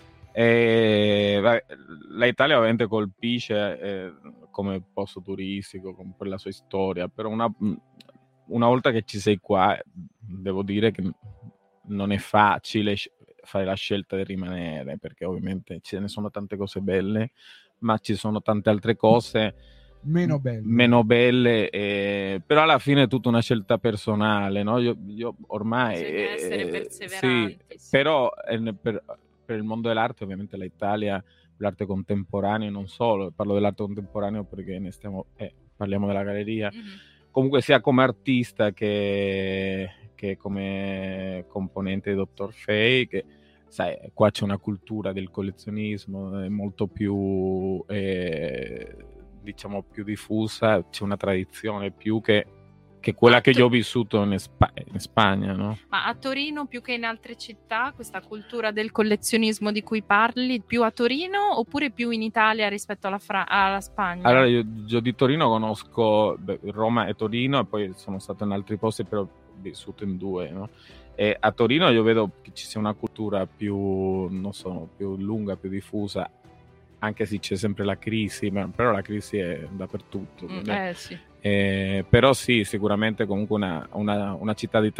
S9: eh, vabbè, l'Italia ovviamente colpisce eh, come posto turistico, con per la sua storia, però una, una volta che ci sei qua, devo dire che non è facile sc- fare la scelta di rimanere, perché ovviamente ce ne sono tante cose belle, ma ci sono tante altre cose
S10: Meno bello.
S9: meno belle, eh, però alla fine è tutta una scelta personale, no? Io, io ormai
S6: Bisogna essere
S9: eh,
S6: perseveranti,
S9: sì,
S6: sì.
S9: però eh, per, per il mondo dell'arte ovviamente l'Italia, l'arte contemporanea non solo, parlo dell'arte contemporanea perché ne stiamo, eh, parliamo della galleria,
S6: Mhm.
S9: comunque sia come artista che, che come componente di Doctor Fay, che sai, qua c'è una cultura del collezionismo eh, molto più eh, diciamo più diffusa, c'è una tradizione più che, che quella
S6: Ah,
S9: che
S6: tu-
S9: io ho vissuto in, Spa- in Spagna, no?
S6: Ma a Torino più che in altre città questa cultura del collezionismo di cui parli, più a Torino oppure più in Italia rispetto alla, Fra- alla Spagna?
S9: Allora io, io di Torino conosco beh, Roma e Torino, e poi sono stato in altri posti, però ho vissuto in due, no? E a Torino io vedo che ci sia una cultura più, non so, più lunga, più diffusa, anche se c'è sempre la crisi, ma, però la crisi è dappertutto.
S6: Mm,
S9: quindi-
S6: eh sì.
S9: Eh, però sì, sicuramente comunque una, una- una città di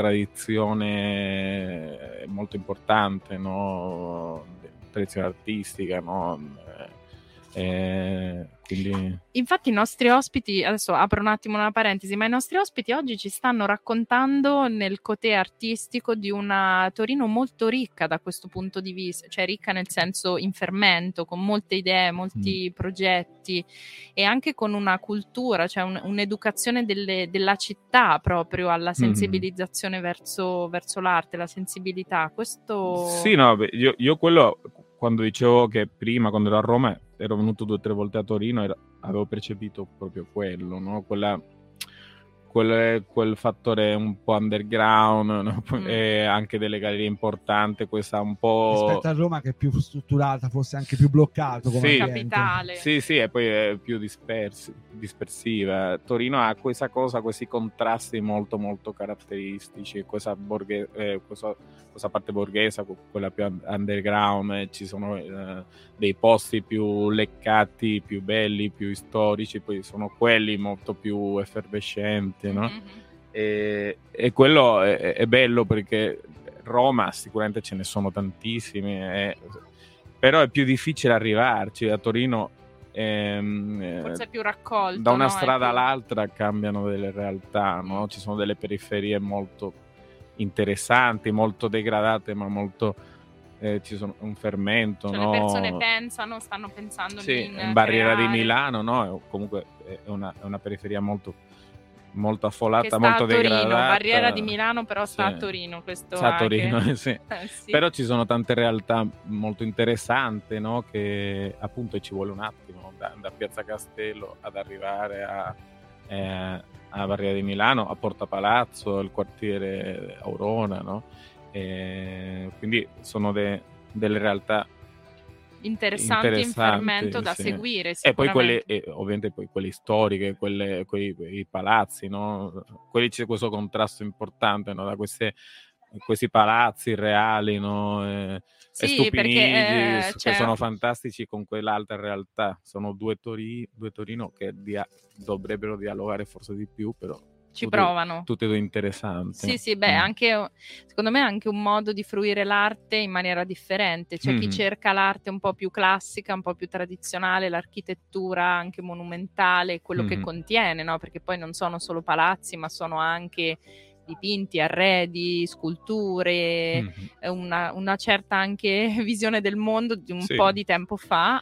S9: tradizione molto importante, no? Tradizione artistica, no? Eh, eh, quindi
S6: Infatti i nostri ospiti, adesso apro un attimo una parentesi, ma i nostri ospiti oggi ci stanno raccontando nel côté artistico di una Torino molto ricca da questo punto di vista, cioè ricca nel senso in fermento, con molte idee, molti progetti e anche con una cultura, cioè un- un'educazione delle- della città proprio alla sensibilizzazione verso, verso l'arte, la sensibilità. Questo...
S9: sì, no, beh, io, io quello, quando dicevo che prima, quando ero a Roma, ero venuto due o tre volte a Torino, era- avevo percepito proprio quello, no? Quella, quel, quel fattore un po' underground, no?
S6: Mm.
S9: E anche delle gallerie importanti, questa un po'...
S10: Rispetto a Roma che è più strutturata, forse anche più bloccato come
S9: Sì.
S10: ambiente.
S6: Capitale.
S9: Sì, sì, e poi è più dispersi, dispersiva. Torino ha questa cosa, questi contrasti molto molto caratteristici, questa, borghe- eh, questa, questa parte borghese, quella più underground, eh, ci sono eh, dei posti più leccati, più belli, più storici, poi sono quelli molto più effervescenti, no?
S6: Mhm.
S9: E, e quello è, è bello perché Roma sicuramente ce ne sono tantissimi, eh, però è più difficile arrivarci. A Torino ehm,
S6: Forse è più raccolto.
S9: da una
S6: no? È
S9: strada
S6: più-
S9: all'altra cambiano delle realtà, no? Ci sono delle periferie molto interessanti, molto degradate, ma molto eh, ci sono un fermento,
S6: Cioè,
S9: no?
S6: le persone pensano, stanno pensando
S9: Sì,
S6: in
S9: in Barriera di
S6: creare-
S9: Milano, no? È- comunque è una, è una periferia molto, molto
S6: che
S9: affollata,
S6: sta
S9: molto
S6: a Torino,
S9: degradata.
S6: Barriera di Milano, però sta
S9: Sì.
S6: a Torino. Questo
S9: Sta a
S6: anche.
S9: Torino, eh, sì.
S6: Eh, sì.
S9: Però ci sono tante realtà molto interessanti, no? Che appunto ci vuole un attimo da, da Piazza Castello ad arrivare a, eh, a Barriera di Milano, a Porta Palazzo, il quartiere Aurona, no? E quindi sono de- delle realtà
S6: interessanti, in
S9: interessanti,
S6: fermento da
S9: sì.
S6: seguire.
S9: E poi quelle,
S6: sicuramente.
S9: e ovviamente poi quelle storiche, quelle, quei, quei palazzi, no? Quelli c'è questo contrasto importante, no? Da queste, questi palazzi reali, no? E,
S6: Sì,
S9: e stupinigi,
S6: perché, eh,
S9: che
S6: cioè-
S9: sono fantastici con quell'altra realtà. Sono due, tori, due Torino che dia- dovrebbero dialogare forse di più, però
S6: Ci
S9: tutte-
S6: provano.
S9: tutte e due interessanti.
S6: Sì, sì, beh,
S9: Mm.
S6: anche secondo me è anche un modo di fruire l'arte in maniera differente. C'è chi
S9: Mhm.
S6: cerca l'arte un po' più classica, un po' più tradizionale, l'architettura anche monumentale, quello che
S9: Mhm.
S6: contiene, no? Perché poi non sono solo palazzi, ma sono anche dipinti, arredi, sculture,
S9: Mhm.
S6: eh, una, una certa anche visione del mondo di un
S9: Sì.
S6: po' di tempo fa,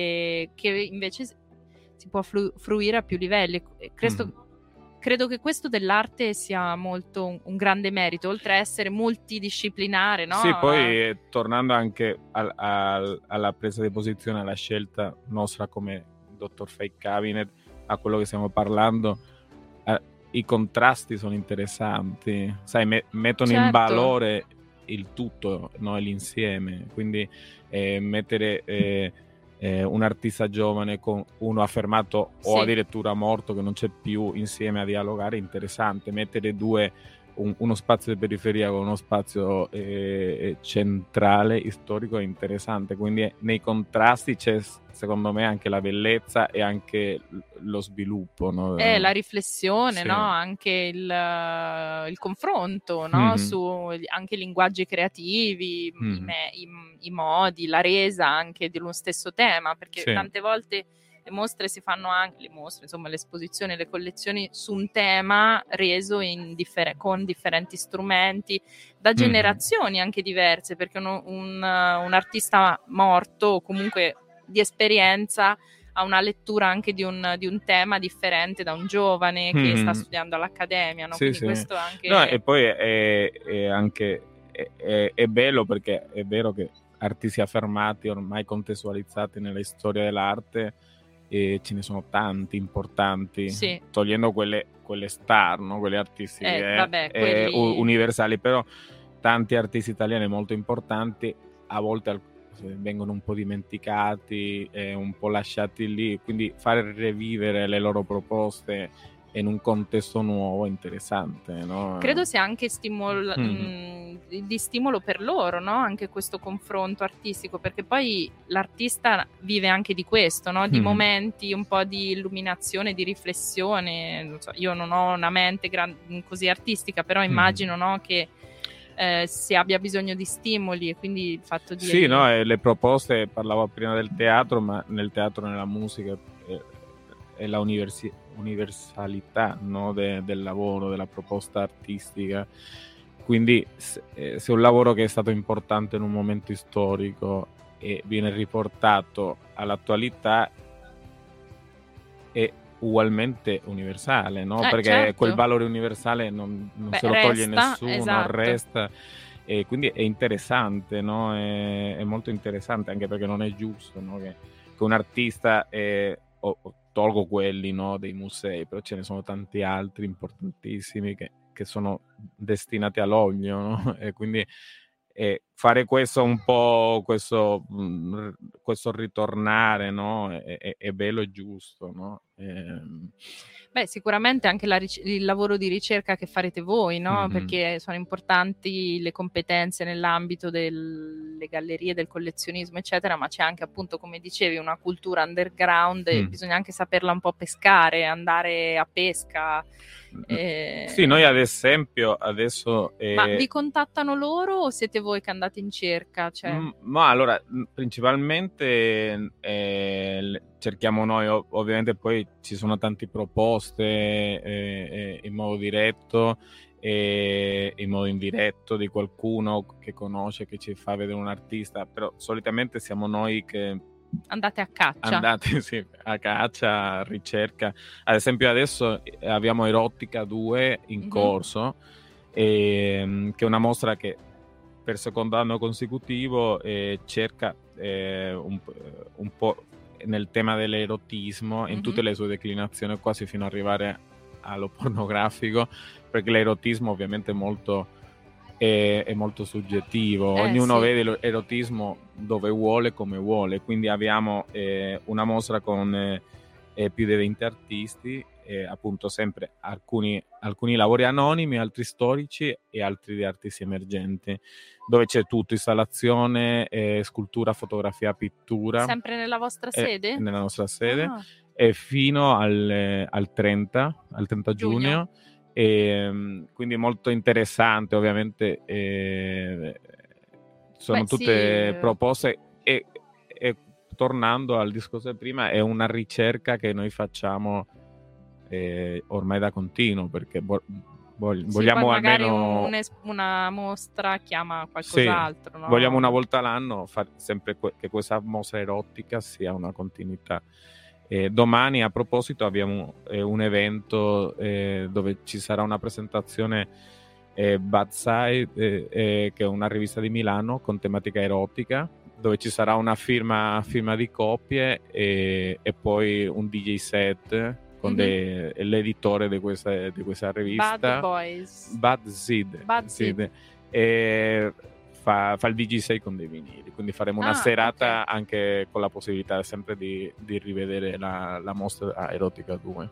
S6: e che invece si si può flu- fruire a più livelli. E Questo,
S9: Mhm.
S6: credo che questo dell'arte sia molto un, un grande merito, oltre a essere multidisciplinare, no?
S9: Sì, poi eh, tornando anche al- al- alla presa di posizione, alla scelta nostra come dottor Fake Cabinet, a quello che stiamo parlando, eh, i contrasti sono interessanti, sai, me- mettono in
S6: Certo.
S9: valore il tutto, no? L'insieme, quindi eh, mettere eh, eh, un artista giovane con uno affermato o
S6: Sì.
S9: addirittura morto che non c'è più insieme a dialogare è interessante, mettere due un- uno spazio di periferia con uno spazio eh, centrale storico è interessante, quindi eh, nei contrasti c'è secondo me anche la bellezza e anche l- lo sviluppo, no?
S6: È la riflessione,
S9: Sì.
S6: no? Anche il, eh, il confronto, no?
S9: Mhm.
S6: Su anche i linguaggi creativi, i,
S9: Mhm.
S6: me- i- i modi, la resa anche di uno stesso tema, perché
S9: Sì.
S6: tante volte le mostre si fanno anche, le mostre, insomma, le esposizioni, le collezioni su un tema reso in differ- con differenti strumenti, da
S9: Mhm.
S6: generazioni anche diverse, perché uno- un, un artista morto o comunque di esperienza ha una lettura anche di un, di un tema differente da un giovane che
S9: Mhm.
S6: sta studiando all'accademia, no?
S9: Sì,
S6: Quindi
S9: sì.
S6: questo è anche...
S9: No, e poi è, è anche è, è- è bello perché è vero che artisti affermati ormai contestualizzati nella storia dell'arte e ce ne sono tanti importanti,
S6: Sì.
S9: togliendo quelle, quelle star, no? Quelle artisti
S6: Eh,
S9: eh,
S6: vabbè,
S9: eh,
S6: quelli-
S9: u- universali, però tanti artisti italiani molto importanti a volte al- vengono un po' dimenticati, eh, un po' lasciati lì, quindi fare revivere le loro proposte in un contesto nuovo è interessante, no?
S6: Credo sia anche stimol-
S9: Mhm.
S6: mh, di stimolo per loro, no? Anche questo confronto artistico, perché poi l'artista vive anche di questo, no? Di
S9: Mhm.
S6: momenti un po' di illuminazione, di riflessione. Non so, io non ho una mente gran- così artistica, però immagino, no, che eh, si abbia bisogno di stimoli, e quindi il fatto di...
S9: Sì, no, e le proposte, parlavo prima del teatro, ma nel teatro, nella musica, eh, è la universi- universalità, no, de- del lavoro, della proposta artistica. Quindi se, eh, se un lavoro che è stato importante in un momento storico e viene riportato all'attualità è ugualmente universale, no?
S6: Eh,
S9: Perché
S6: certo.
S9: quel valore universale non, non
S6: Beh,
S9: se lo toglie
S6: resta,
S9: nessuno,
S6: esatto.
S9: resta. E quindi è interessante, no? È, è molto interessante, anche perché non è giusto, no? Che, che un artista eh, o, o tolgo quelli, no, dei musei, però ce ne sono tanti altri importantissimi che, che sono destinati all'olio, no? E quindi e fare questo un po', questo, mh, questo ritornare, no? È, è, è bello e giusto, no? E...
S8: Beh, sicuramente anche la ric- il lavoro di ricerca che farete voi, no?
S9: Mm-hmm.
S8: Perché sono importanti le competenze nell'ambito delle gallerie, del collezionismo, eccetera, ma c'è anche, appunto, come dicevi, una cultura underground e
S9: Mm.
S8: bisogna anche saperla un po' pescare, andare a pesca. Eh...
S9: Sì, noi ad esempio adesso... Eh...
S8: Ma vi contattano loro o siete voi che andate in cerca? Cioè...
S9: Mm, ma allora, principalmente eh, cerchiamo noi, ov- ovviamente poi ci sono tante proposte eh, eh, in modo diretto e in modo indiretto di qualcuno che conosce, che ci fa vedere un artista, però solitamente siamo noi che
S8: andate a caccia.
S9: Andate sì, a caccia, a ricerca. Ad esempio adesso abbiamo Erotica due in mm-hmm. corso, e, che è una mostra che per secondo anno consecutivo eh, cerca eh, un, un po' nel tema dell'erotismo in mm-hmm. tutte le sue declinazioni, quasi fino ad arrivare allo pornografico, perché l'erotismo ovviamente è molto è, è molto soggettivo, eh, ognuno sì. vede l'erotismo dove vuole, come vuole, quindi abbiamo eh, una mostra con eh, più di venti artisti, eh, appunto sempre alcuni, alcuni lavori anonimi, altri storici e altri di artisti emergenti, dove c'è tutto, installazione, eh, scultura, fotografia, pittura.
S8: Sempre nella vostra sede?
S9: Nella nostra sede,
S8: ah.
S9: e fino al, al trenta, al trenta giugno. giugno. E, quindi molto interessante, ovviamente eh, sono Beh, tutte sì. proposte e, e tornando al discorso di prima, è una ricerca che noi facciamo eh, ormai da continuo, perché vo- vog- sì, vogliamo
S8: magari
S9: almeno
S8: un es- una mostra chiama qualcos'altro,
S9: sì,
S8: no?
S9: Vogliamo una volta l'anno fare sempre que- che questa mostra erotica sia una continuità. Eh, domani, a proposito, abbiamo eh, un evento eh, dove ci sarà una presentazione eh, Bad Side, eh, eh, che è una rivista di Milano con tematica erotica, dove ci sarà una firma, firma di coppie e, e poi un D J set con mm-hmm. de, l'editore di questa, di questa rivista.
S8: Bad Boys.
S9: Bad Zid.
S8: Bad Zid.
S9: Zid. E fa, fa il D J sei con dei vinili, quindi faremo una
S8: ah,
S9: serata
S8: okay.
S9: anche con la possibilità sempre di, di rivedere la, la mostra Erotica due.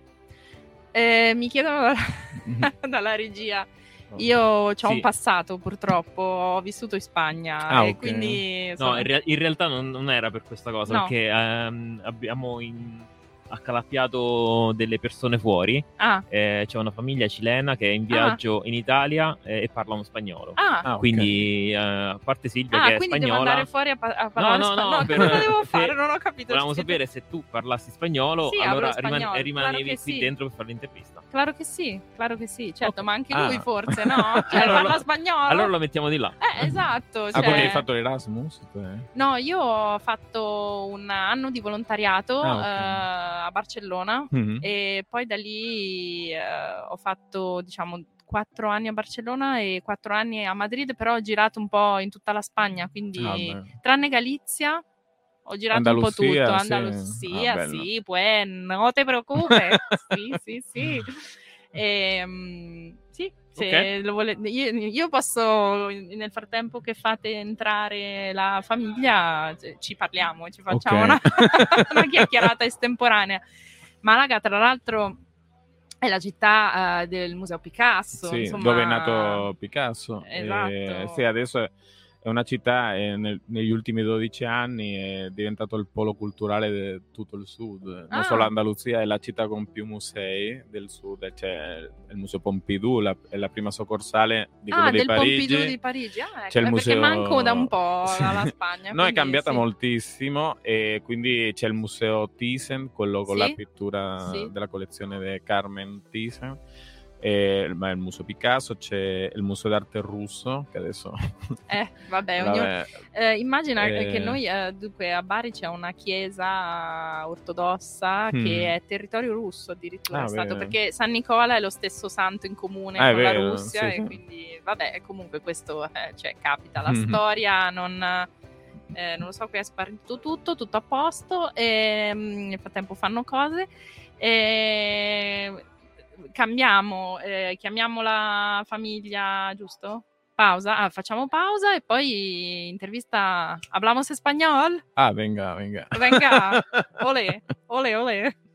S8: Eh, mi chiedono dalla regia. Io ho sì. un passato, purtroppo, ho vissuto in Spagna
S9: ah,
S8: e
S9: okay.
S8: quindi...
S5: No, in, re- in realtà non, non era per questa cosa,
S8: no.
S5: perché ehm, abbiamo in... accalappiato delle persone fuori.
S8: Ah.
S5: Eh, c'è una famiglia cilena che è in viaggio ah. in Italia eh, e parla un spagnolo.
S8: Ah. Ah,
S5: quindi, okay. eh, a parte Silvia
S8: ah,
S5: che è
S8: quindi
S5: spagnola.
S8: Devo andare fuori a, pa- a parlare
S5: no, no,
S8: spagnolo.
S5: No,
S8: no,
S5: per,
S8: cosa devo fare? Non ho capito.
S5: Volevamo sapere se tu parlassi spagnolo,
S8: sì,
S5: allora
S8: spagnolo.
S5: riman- rimanevi
S8: claro
S5: qui
S8: sì.
S5: dentro per fare l'intervista.
S8: Claro che sì, claro che sì, certo, okay. ma anche lui
S9: ah.
S8: forse, no? Cioè,
S5: allora
S8: parla
S5: lo,
S8: spagnolo.
S5: Allora lo mettiamo di là.
S8: Eh, esatto.
S9: Cioè... Ah, quindi hai fatto l'Erasmus? Te?
S8: No, io ho fatto un anno di volontariato
S9: ah, okay.
S8: uh, a Barcellona mm-hmm. e poi da lì uh, ho fatto, diciamo, quattro anni a Barcellona e quattro anni a Madrid, però ho girato un po' in tutta la Spagna, quindi
S9: ah,
S8: tranne Galizia ho girato
S9: Andalusia,
S8: un po' tutto.
S9: Sì.
S8: Andalusia,
S9: ah,
S8: sì, pues, no te preocupes. sì, sì, sì. E, um, sì, se
S5: okay.
S8: lo vole... io, io posso, nel frattempo che fate entrare la famiglia, ci parliamo, ci facciamo
S9: okay.
S8: una, una chiacchierata estemporanea. Malaga, tra l'altro, è la città uh, del Museo Picasso,
S9: sì,
S8: insomma...
S9: dove è nato Picasso.
S8: Esatto.
S9: E, sì, adesso è, è una città, è nel, negli ultimi dodici anni è diventato il polo culturale di tutto il sud. Non
S8: ah.
S9: solo Andalusia, è la città con più musei del sud. C'è il Museo Pompidou, la, è la prima soccorsale di quello
S8: ah,
S9: di
S8: del
S9: Parigi.
S8: Pompidou di Parigi, ah, ecco,
S9: c'è il museo...
S8: perché manco da un po' dalla Spagna.
S9: No, è cambiata
S8: sì.
S9: moltissimo e quindi c'è il Museo Thyssen, quello con
S8: sì?
S9: la pittura
S8: sì.
S9: della collezione di Carmen Thyssen. E, ma il Museo Picasso, c'è il Museo d'arte russo che adesso
S8: eh vabbè, ognuno... eh, immagina eh... che noi eh, dunque a Bari c'è una chiesa ortodossa mm. che è territorio russo addirittura,
S9: ah,
S8: è stato,
S9: beh.
S8: perché San Nicola è lo stesso santo in comune
S9: ah,
S8: con
S9: vero,
S8: la Russia
S9: sì,
S8: e
S9: sì.
S8: quindi vabbè, comunque questo eh, cioè capita, la
S9: mm.
S8: storia non eh, non lo so, qui è sparito tutto, tutto a posto, e mm, nel frattempo fanno cose, e cambiamo, eh, chiamiamo la famiglia, giusto? Pausa, ah, facciamo pausa e poi intervista. ¿Hablamos español?
S9: Ah, venga, venga.
S8: Venga, olé, olé, olé.